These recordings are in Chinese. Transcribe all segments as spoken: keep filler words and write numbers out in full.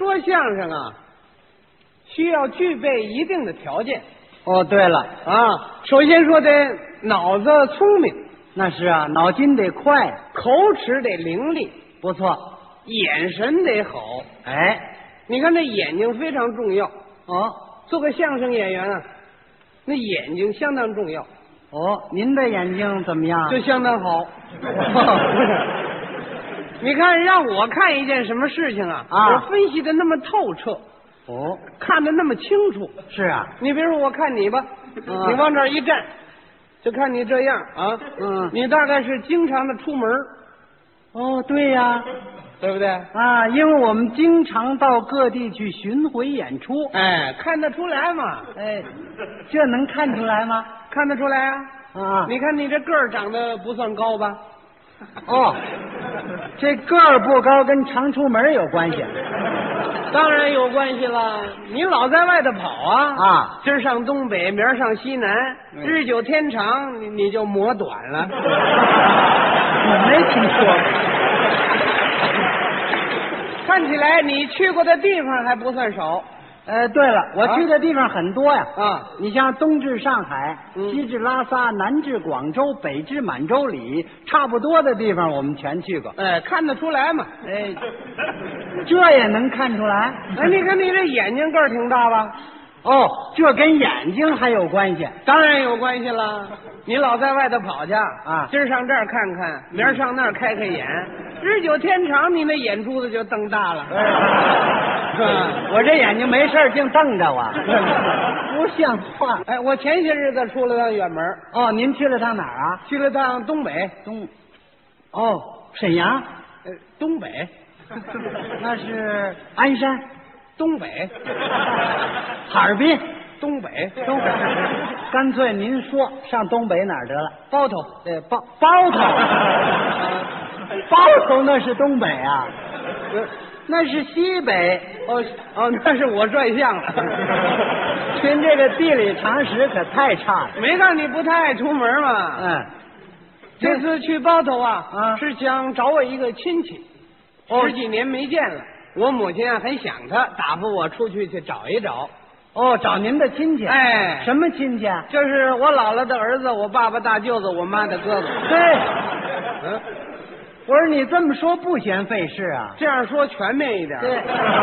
说相声啊，需要具备一定的条件。 哦，对了啊，首先说得脑子聪明， 那是啊，脑筋得快， 口齿得伶俐， 不错， 眼神得好。 哎， 你看这眼睛非常重要。 哦， 做个相声演员啊，那眼睛相当重要。 哦，您的眼睛怎么样？ 就相当好。你看，让我看一件什么事情啊， 啊我分析的那么透彻， 哦， 看得那么清楚。 是啊， 你比如说，我看你吧， 啊你往这儿一站，就看你这样啊， 嗯你大概是经常的出门， 哦，对呀、 对不对？ 啊，因为我们经常到各地去巡回演出， 哎，看得出来嘛？ 哎，这能看出来吗？ 看得出来啊。 啊， 你看你这个儿长得不算高吧？ 哦，这个儿不高跟常出门有关系当然有关系了。你老在外头跑啊， 啊， 今儿上东北，明儿上西南， 嗯日久天长，你你就磨短了。 我没听说过。 看起来你去过的地方还不算少。 呃，对了，我去的地方很多呀。 啊， 你像东至上海， 嗯西至拉萨，南至广州，北至满洲里，差不多的地方我们全去过。 哎，看得出来嘛。 哎，这也能看出来？ 哎，你看你这眼睛个儿挺大吧？ 哦，这跟眼睛还有关系。 当然有关系了。你老在外头跑去啊今儿上这儿看看，明儿上那儿开开眼，日久天长，你那眼珠子就瞪大了。是吧？ 我这眼睛没事儿净瞪着我，不像话。 哎，我前些日子出了趟远门， 哦，您去了趟哪儿啊？ 去了趟东北。 东，哦，沈阳， 呃，东北， 那是鞍山、 东北， 哈尔滨、 东北， 东北。干脆您说上东北哪儿得了？ 包头。 呃，包包头，包头那是东北啊， 呃那是西北。 哦哦，那是我拽相了。 您这个地理常识可太差了。 没让你不太爱出门嘛。 嗯， 这次去包头啊， 啊是想找我一个亲戚， 哦十几年没见了。我母亲啊很想他，打发我出去去找一找。 哦，找您的亲戚。 哎， 什么亲戚啊？ 就是我姥姥的儿子，我爸爸大舅子，我妈的哥哥。 对， 嗯， 我说你这么说不嫌费事啊？ 这样说全面一点。 对，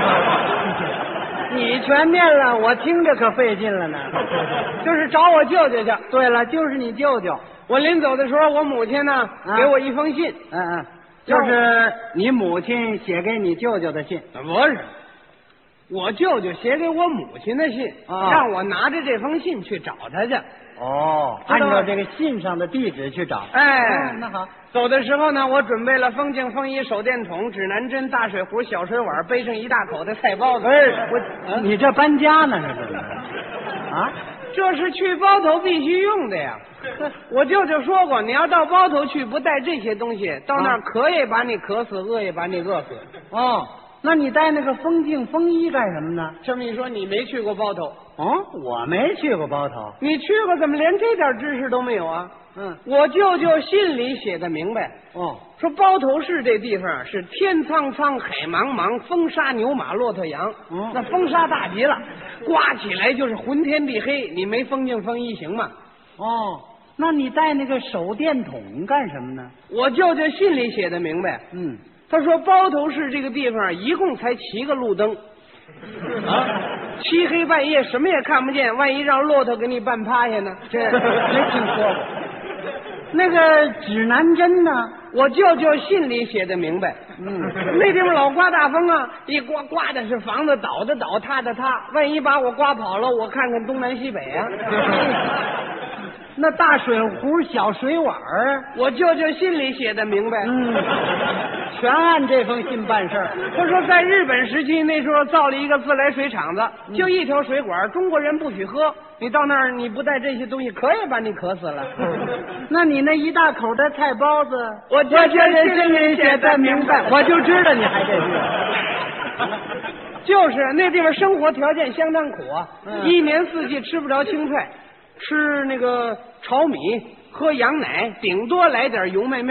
你全面了，我听着可费劲了呢。 就是找我舅舅去。 对了，就是你舅舅。 我临走的时候，我母亲呢、 啊给我一封信。 嗯嗯，就是你母亲写给你舅舅的信。 不是，我舅舅写给我母亲的信， 啊让我拿着这封信去找他去。 哦，按照这个信上的地址去找。 哎， 哦那好。 走的时候呢，我准备了风镜、风衣、手电筒、指南针、大水壶、小水碗，背上一大口的菜包子。 哎，我你这搬家呢是怎么着？啊？ 这是去包头必须用的呀。我舅舅说过，你要到包头去，不带这些东西，到那儿啊渴也把你渴死，饿也把你饿死。 哦，那你带那个风镜、风衣干什么呢？ 这么一说，你没去过包头？ 哦，我没去过包头。 你去过，怎么连这点知识都没有啊？ 嗯， 我舅舅信里写的明白， 哦， 说包头市这地方是天苍苍，海茫茫，风沙牛马骆驼羊， 嗯那风沙大极了，刮起来就是昏天地黑，你没风镜风衣行吗？ 哦，那你带那个手电筒干什么呢？ 我舅舅信里写的明白， 嗯， 他说包头市这个地方一共才七个路灯，啊，漆黑半夜什么也看不见，万一让骆驼给你绊趴下呢？ 这没听说过。那个指南针呢？ 我舅舅信里写的明白， 嗯， 那地方老刮大风啊，一刮刮的是房子倒的倒，塌的塌，万一把我刮跑了，我看看东南西北啊。 那大水壶、小水碗儿， 我舅舅信里写的明白， 嗯，全按这封信办事儿。 他说在日本时期那时候造了一个自来水厂子，就一条水管，中国人不许喝。你到那儿你不带这些东西，可也把你渴死了。 那你那一大口的菜包子， 我舅舅信里写的明白， 我就知道你还这句。 就是那地方生活条件相当苦啊， 嗯一年四季吃不着青菜，吃那个炒米，喝羊奶，顶多来点油麦面。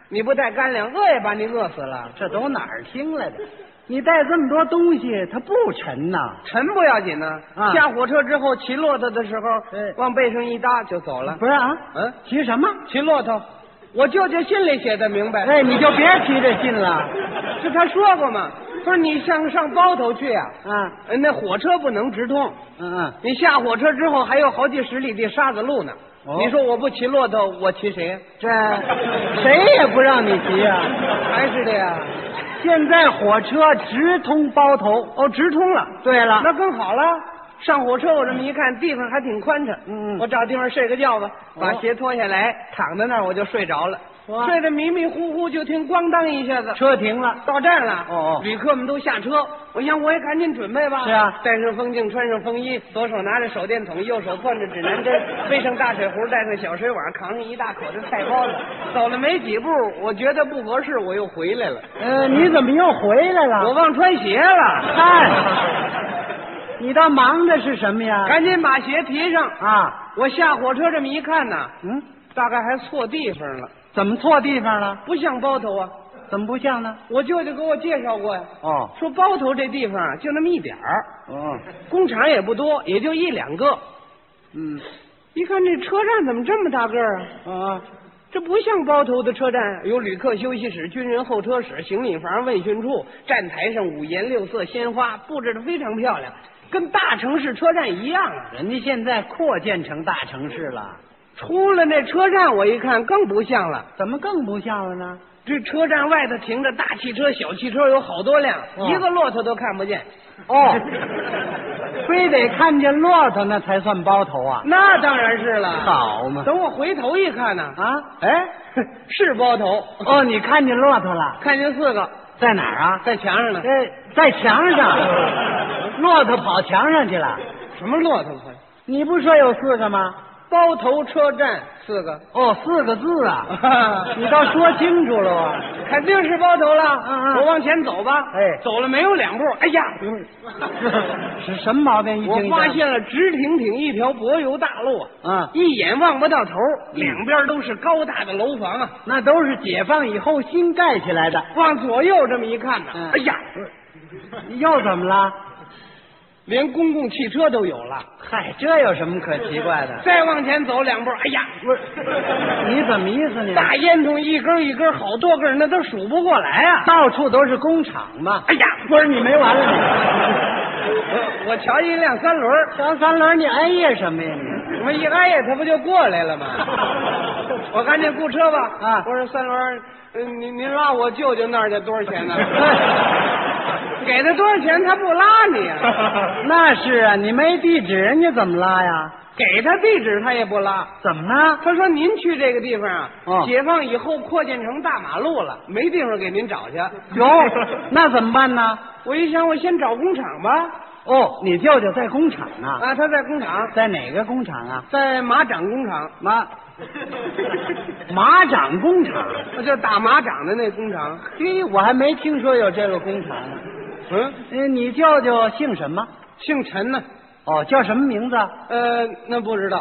你不带干粮，饿也把你饿死了。 这都哪儿听来的？你带这么多东西，它不沉呐？ 沉不要紧呢、 啊下火车之后骑骆驼的时候， 对往背上一搭就走了。 不是啊？ 嗯， 骑什么？ 骑骆驼，我舅舅信里写的明白。 哎，你就别提这信了。 是他说过吗？不是你上上包头去啊？ 啊， 呃那火车不能直通， 嗯嗯， 你下火车之后还有好几十里地沙子路呢。 哦你说我不骑骆驼，我骑谁呀？ 这谁也不让你骑呀、 还是的呀。 现在火车直通包头。 哦，直通了。 对了， 那更好了。上火车我这么一看，地方还挺宽敞。 嗯嗯我找地方睡个觉吧， 哦把鞋脱下来，躺在那儿我就睡着了。 哇睡得迷迷糊糊，就听咣当一下子， 车停了。 到站了。 哦哦旅客们都下车。我想我也赶紧准备吧。 是啊戴上风镜，穿上风衣，左手拿着手电筒，右手攥着指南针，背上大水壶，带上小水碗，扛上一大口的菜包子。走了没几步，我觉得不合适，我又回来了。 呃，你怎么又回来了？ 我忘穿鞋了。 嗨，你倒忙的是什么呀？ 赶紧把鞋提上。 啊， 我下火车这么一看呐， 嗯， 大概还错地方了， 怎么错地方了？ 不像包头啊。 怎么不像呢？ 我舅舅给我介绍过呀， 哦说包头这地方啊，就那么一点儿， 哦， 工厂也不多，也就一两个。 嗯一看这车站怎么这么大个儿啊？ 啊， 这不像包头的车站，有旅客休息室、军人候车室、行李房、问讯处，站台上五颜六色鲜花布置的非常漂亮，跟大城市车站一样啊。 人家现在扩建成大城市了， 出了那车站，我一看更不像了。 怎么更不像了呢？ 这车站外头停着大汽车、小汽车有好多辆， 哦一个骆驼都看不见。 哦，非得看见骆驼那才算包头啊？ 那当然是了。 好嘛！ 等我回头一看呢， 啊， 哎，是包头。 哦，你看见骆驼了？ 看见四个在哪儿啊？ 在墙上呢。 在在墙上，骆驼跑墙上去了。 什么骆驼？ 你不说有四个吗？ 包头车站四个。 哦，四个字啊！你倒说清楚了啊！ 肯定是包头了。 嗯嗯我往前走吧。 哎走了没有两步，哎呀， 是什么毛病？一我听发现了直挺挺一条柏油大路啊， 啊， 一眼望不到头，两边都是高大的楼房啊。 那都是解放以后新盖起来的。 往左右这么一看呢， 嗯哎呀， 又怎么了？ 连公共汽车都有了。 嗨，这有什么可奇怪的？ 再往前走两步，哎呀， 不是，你怎么意思呢？ 大烟囱一根一根，好多根，那都数不过来啊！ 到处都是工厂嘛。 哎呀， 不是你没完了你！ 我我瞧一辆三轮， 小三轮，你哎呀什么呀你？ 我一挨呀，他不就过来了吗？我赶紧雇车吧。 啊我说三轮，呃您您拉我舅舅那儿去多少钱呢？给他多少钱，他不拉你呀、 那是啊，你没地址，人家怎么拉呀？ 给他地址他也不拉。 怎么呢？ 他说您去这个地方啊， 哦解放以后扩建成大马路了，没地方给您找去。 有，那怎么办呢？ 我一想，我先找工厂吧。 哦，你舅舅在工厂呢？ 啊，他在工厂， 在哪个工厂啊？ 在马掌工厂， 马马掌工厂。 就打马掌的那工厂。 嘿，我还没听说有这个工厂呢。 嗯， 嗯，你舅舅姓什么？ 姓陈呢。 哦，叫什么名字？ 呃，那不知道。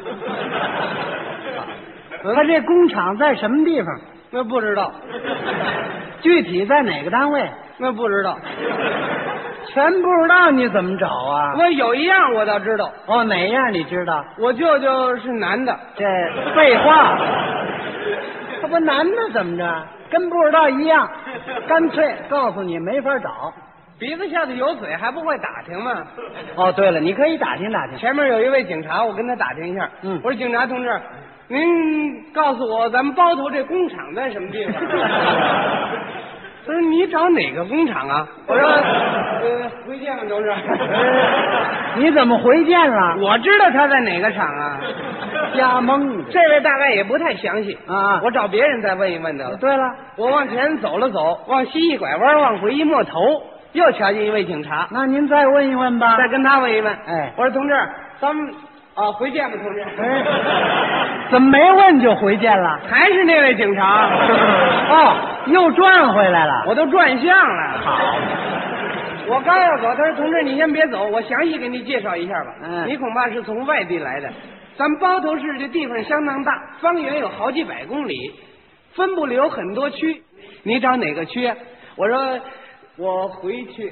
他这工厂在什么地方？ 那不知道。 具体在哪个单位？ 那不知道。 全不知道，你怎么找啊？ 我有一样我倒知道， 哦，哪样你知道？ 我舅舅是男的。 这废话，他不男的怎么着？跟不知道一样，干脆告诉你没法找。 鼻子下头有嘴，还不会打听吗？ 哦，对了，你可以打听打听。 前面有一位警察，我跟他打听一下。 嗯我说警察同志，您告诉我咱们包头这工厂在什么地方？他说你找哪个工厂啊？我说呃，回见吧，同志。 你怎么回见了？ 我知道他在哪个厂啊。 瞎蒙的。 这位大概也不太详细啊我找别人再问一问得了。 对了， 我往前走了走，往西一拐弯，往回一摸头，又瞧见一位警察， 那您再问一问吧。 再跟他问一问。 哎我说同志，咱们啊回见吧，同志。 哎，怎么没问就回见了？ 还是那位警察。 哦，又转回来了。 我都转向了。 好， 我刚要走，他说同志你先别走，我详细给你介绍一下吧。 嗯你恐怕是从外地来的。咱们包头市这地方相当大，方圆有好几百公里。 分部里有很多区，你找哪个区？我说我回去。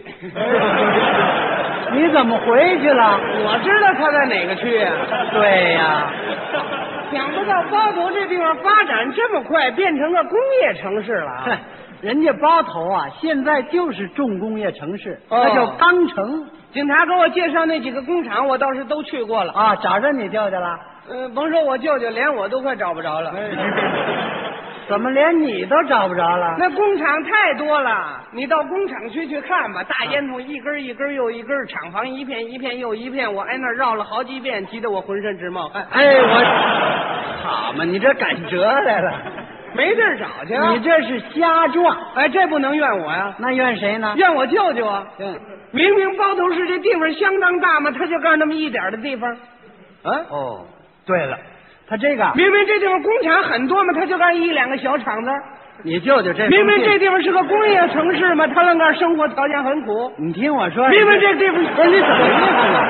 你怎么回去了？ 我知道他在哪个区啊。 对呀， 想不到包头这地方发展这么快，变成个工业城市了啊！ 人家包头啊，现在就是重工业城市， 哦那叫钢城。 警察给我介绍那几个工厂，我倒是都去过了。 啊，找着你舅舅了？ 呃，甭说我舅舅，连我都快找不着了。 怎么连你都找不着了？ 那工厂太多了，你到工厂区去看吧，大烟囱一根一根又一根，厂房一片一片又一片，我挨那儿绕了好几遍，急得我浑身直冒汗。 哎，我好嘛，你这赶折来了， 没地儿找去啊！ 你这是瞎撞。 哎，这不能怨我呀， 那怨谁呢？ 怨我舅舅啊！ 嗯， 明明包头市这地方相当大嘛，他就干那么一点的地方。啊， 哦，对了，他这个明明这地方工厂很多嘛，他就干一两个小厂子。 你舅舅这明明这地方是个工业城市嘛，他那那儿生活条件很苦。 你听我说， 明明这地方不是你怎么意思呢？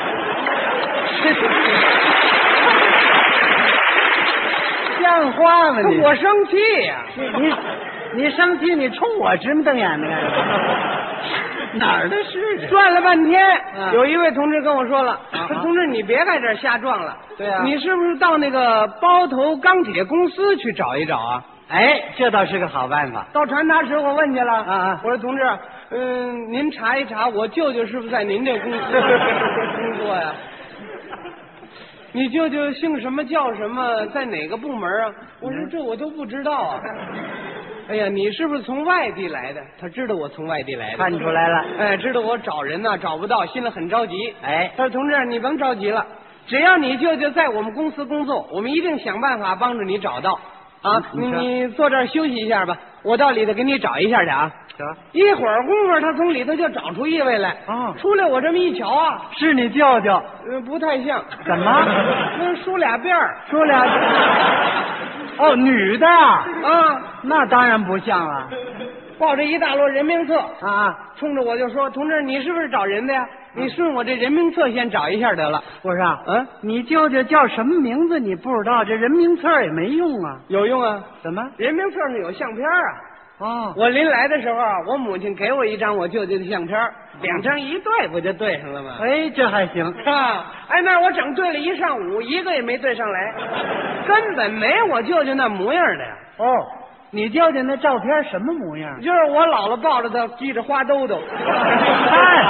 像话吗你？ 我生气呀、 你你你生气，你冲我直目瞪眼的干什么？哪儿的事？ 转了半天， 啊有一位同志跟我说了， 啊说同志你别在这儿瞎撞了。 对啊你是不是到那个包头钢铁公司去找一找啊？ 哎，这倒是个好办法。 到传达室我问去了， 啊啊我说同志，嗯，您查一查我舅舅是不是在您这公司工作呀？你舅舅姓什么叫什么，在哪个部门啊？我说这我都不知道啊。哎呀，你是不是从外地来的？他知道我从外地来的， 看出来了。 哎，知道我找人呢找不到，心里很着急。 哎， 他说同志，你甭着急了，只要你舅舅在我们公司工作，我们一定想办法帮助你找到。啊，你你说你坐这儿休息一下吧，我到里头给你找一下去啊。 得， 一会儿功夫，他从里头就找出一位来。 哦出来我这么一瞧啊， 是你舅舅？ 呃，不太像。 怎么？ 那梳俩辫儿说俩？哦，女的啊？ 啊， 那当然不像了。 抱着一大摞人名册， 啊， 冲着我就说：“同志，你是不是找人的呀？你顺我这人名册先找一下得了。 不是啊， 嗯， 你舅舅叫什么名字？你不知道，这人名册也没用啊。 有用啊， 怎么？ 人名册上有相片啊。 哦， 我临来的时候啊，我母亲给我一张我舅舅的相片，两张一对，不就对上了吗？ 哎，这还行。 啊，哎，那我整对了一上午，一个也没对上来，根本没我舅舅那模样的呀。 哦，你舅舅那照片什么模样？ 就是我姥姥抱着他，系着花兜兜。 哎，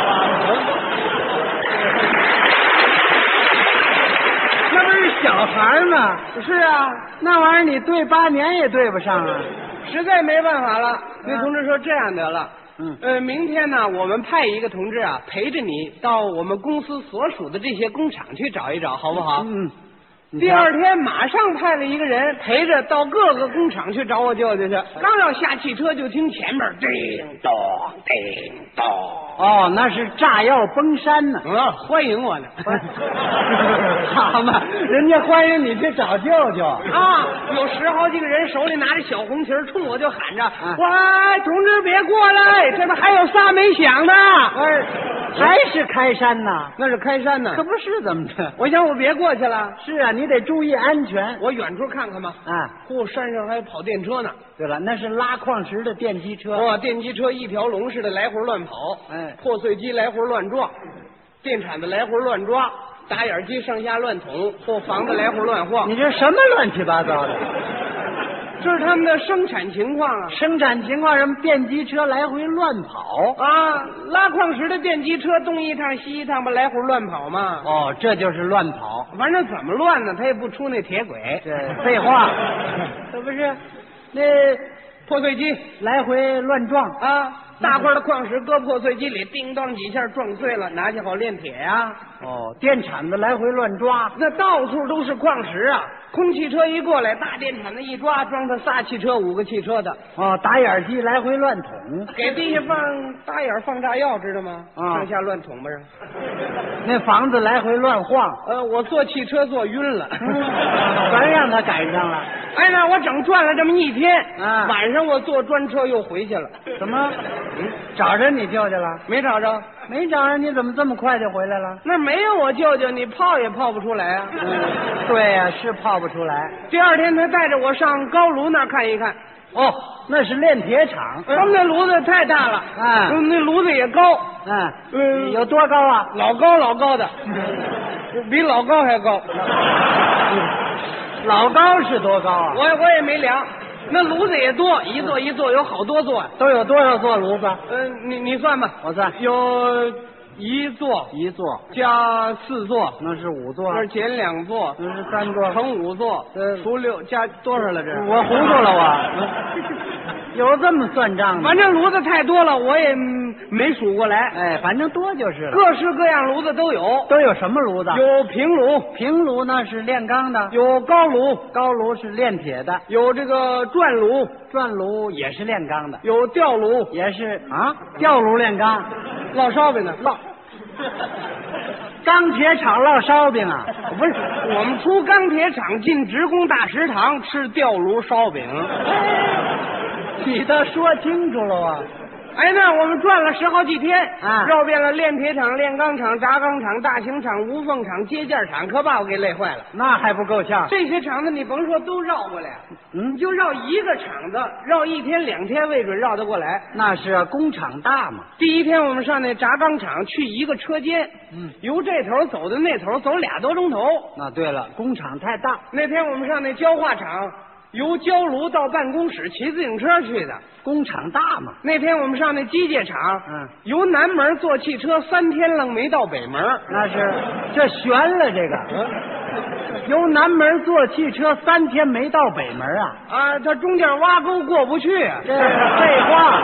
那不是小孩吗？ 是啊， 那玩意儿你对八年也对不上啊。 实在没办法了。那同志说这样得了。 嗯， 呃，明天呢，我们派一个同志啊，陪着你到我们公司所属的这些工厂去找一找，好不好？ 嗯。 第二天马上派了一个人陪着到各个工厂去找我舅舅去。刚要下汽车，就听前面叮咚叮咚。 哦，那是炸药崩山呢。 嗯，欢迎我呢。 好嘛，人家欢迎你去找舅舅啊！有十好几个人手里拿着小红旗儿，冲我就喊着：“ 啊喂，同志别过来，这边还有仨没响的。” 哎，还是开山呐？ 那是开山呢。 可不是怎么着？ 我想我别过去了。 是啊，你得注意安全。 我远处看看吧。 啊， 嚯，山上还有跑电车呢。 对了，那是拉矿石的电机车。 哇，电机车一条龙似的来回乱跑， 哎， 破碎机来回乱撞，电铲子来回乱抓，打眼机上下乱捅，或房子来回乱晃。 你这什么乱七八糟的？ 这是他们的生产情况啊！ 生产情况，什么电机车来回乱跑啊，拉矿石的电机车东一趟西一趟吧，来回乱跑嘛。 哦，这就是乱跑。 反正怎么乱呢，他也不出那铁轨。 这废话，这不是那破碎机来回乱撞啊，大块的矿石搁破碎机里，叮当几下撞碎了，拿去好炼铁呀。 哦，电铲子来回乱抓， 那到处都是矿石啊！空汽车一过来，大电铲子一抓，装他仨汽车、五个汽车的。 哦，打眼机来回乱捅， 给地下放大眼放炸药，知道吗？ 啊上下乱捅吧。 那房子来回乱晃， 呃，我坐汽车坐晕了， 全让他赶上了。 哎，那我整转了这么一天， 啊晚上我坐专车又回去了。 怎么？找着你舅舅了？ 没找着， 没找着，你怎么这么快就回来了？ 那没有我舅舅，你泡也泡不出来啊。 嗯，对呀、是泡不出来。 第二天他带着我上高炉那儿看一看， 哦，那是炼铁厂。 他们那炉子太大了， 啊嗯那炉子也高， 嗯， 嗯有多高啊？ 老高老高的，比老高还高。 老高是多高啊？ 我我也没量，那炉子也多，一座一座有好多座。 都有多少座炉子？ 嗯，你你算吧， 我算有一座一座， 加四座， 那是五座， 那是减两座， 那是三座。 乘五座， 呃除六加多少了？这是我糊涂了我，有这么算账的？ 反正炉子太多了，我也嗯没数过来。 哎，反正多就是了。 各式各样炉子都有， 都有什么炉子？ 有平炉， 平炉那是炼钢的， 有高炉， 高炉是炼铁的， 有这个转炉， 转炉也是炼钢的， 有吊炉， 也是啊，吊炉炼钢， 烙烧饼的烙。 钢铁厂烙烧饼啊？ 不是，我们出钢铁厂进职工大食堂吃吊炉烧饼。 你倒说清楚了啊！ 哎，那我们转了十好几天， 啊绕遍了炼铁厂、炼钢厂、轧钢厂、大型厂、无缝厂、接件厂，可把我给累坏了。 那还不够呛。 这些厂子你甭说都绕过来， 嗯你就绕一个厂子，绕一天两天未准绕得过来。 那是啊工厂大嘛。 第一天我们上那轧钢厂去一个车间， 嗯， 由这头走到那头，走俩多钟头。 那对了，工厂太大。 那天我们上那焦化厂，由焦炉到办公室骑自行车去的。 工厂大嘛。 那天我们上那机械厂， 嗯， 由南门坐汽车三天愣没到北门。 那是这悬了这个，由南门坐汽车三天没到北门啊？ 啊，他中间挖沟过不去啊。 这是废话。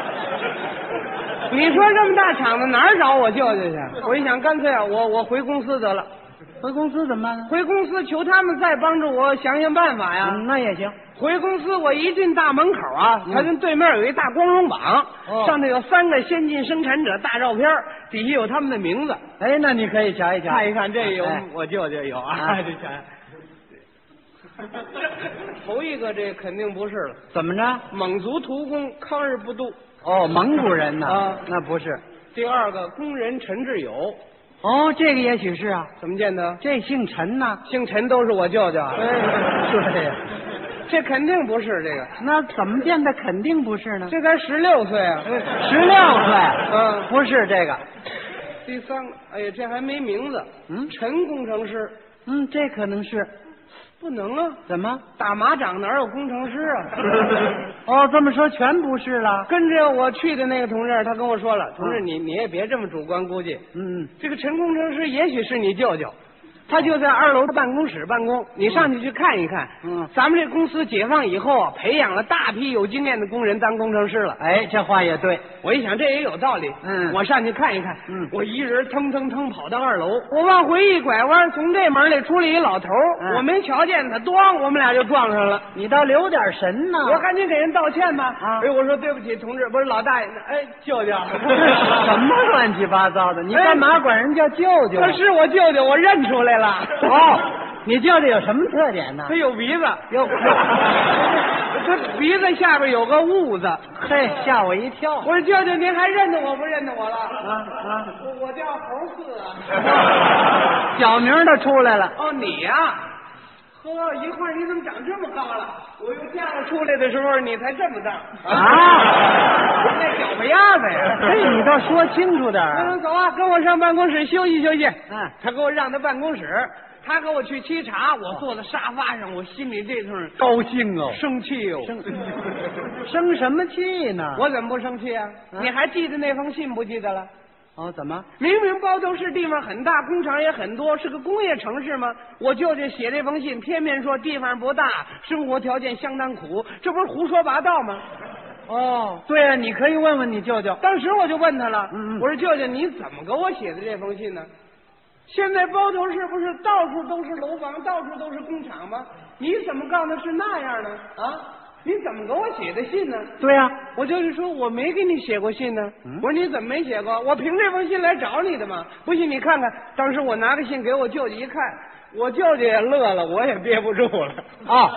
你说这么大厂子哪儿找我舅舅去？我一想，干脆啊，我我回公司得了。 回公司怎么办呢？ 回公司求他们再帮助我想想办法呀。 嗯，那也行。 回公司我一进大门口啊， 嗯他跟对面有一大光荣榜， 哦上头有三个先进生产者大照片，底下有他们的名字。 哎，那你可以瞧一瞧， 看一看，这有、 哎我舅舅有啊， 啊这瞧。头一个这肯定不是了， 怎么着？ 蒙族屠工抗日不度。 哦，蒙古人呐？ 啊那不是。 第二个工人陈志友， 哦，这个也许是啊。 怎么见得？ 这姓陈呐？ 姓陈都是我舅舅啊。 哎，对呀。 这肯定不是这个， 那怎么见的肯定不是呢？ 这才十六岁啊。 十六岁， 嗯不是这个。 第三个，哎呀，这还没名字。 嗯陈工程师， 嗯，这可能是。 不能啊， 怎么？ 打马掌哪有工程师啊？ 哦，这么说全不是了。 跟着我去的那个同志，他跟我说了，同志你你也别这么主观估计， 嗯， 这个陈工程师也许是你舅舅。他就在二楼的办公室办公，你上去去看一看。 嗯， 咱们这公司解放以后啊，培养了大批有经验的工人当工程师了。 哎，这话也对。 我一想这也有道理。 嗯， 我上去看一看。 嗯， 我一人腾腾腾跑到二楼，我往回一拐弯，从这门里出来一老头。 嗯， 我没瞧见他，咣，我们俩就撞上了。 你倒留点神呢。 我赶紧给人道歉吧。 啊， 哎，我说对不起，同志，不是老大爷，哎，舅舅。 什么乱七八糟的？你干嘛管人叫舅舅？ 他是我舅舅，我认出来了。 哦。你舅舅有什么特点呢？ 他有鼻子， 有， 他鼻子下边有个痦子。 嘿，吓我一跳！ 我说舅舅，您还认得我不认得我了？ 啊啊！ 我我叫猴四啊。 小名都出来了。 哦，你呀、啊？呵，一会儿你怎么长这么高了？我又嫁了出来的时候，你才这么大啊！ 那脚巴丫子呀！ 嘿，你倒说清楚点。 嗯，走啊，跟我上办公室休息休息。 嗯， 他给我让到办公室。他给我去沏茶，我坐在沙发上，我心里这通高兴哦， 生气哦， 生生什么气呢？ 我怎么不生气啊？ 嗯、 你还记得那封信不记得了？ 哦，怎么？ 明明包头市地方很大，工厂也很多，是个工业城市吗？我舅舅写这封信，偏偏说地方不大，生活条件相当苦，这不是胡说八道吗？ 哦，对啊，你可以问问你舅舅。 当时我就问他了， 嗯嗯我说舅舅，你怎么给我写的这封信呢？现在包头市不是到处都是楼房，到处都是工厂吗？你怎么告诉是那样呢？啊，你怎么给我写的信呢？ 对呀、啊， 我就是说我没给你写过信呢。 嗯、 我说你怎么没写过？我凭这封信来找你的嘛。不信你看看，当时我拿着信给我舅舅一看，我舅舅也乐了，我也憋不住了。 哦，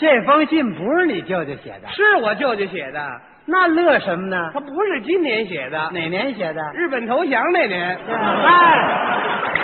这封信不是你舅舅写的， 是我舅舅写的， 那乐什么呢？ 他不是今年写的， 哪年写的？ 日本投降那年。 哎，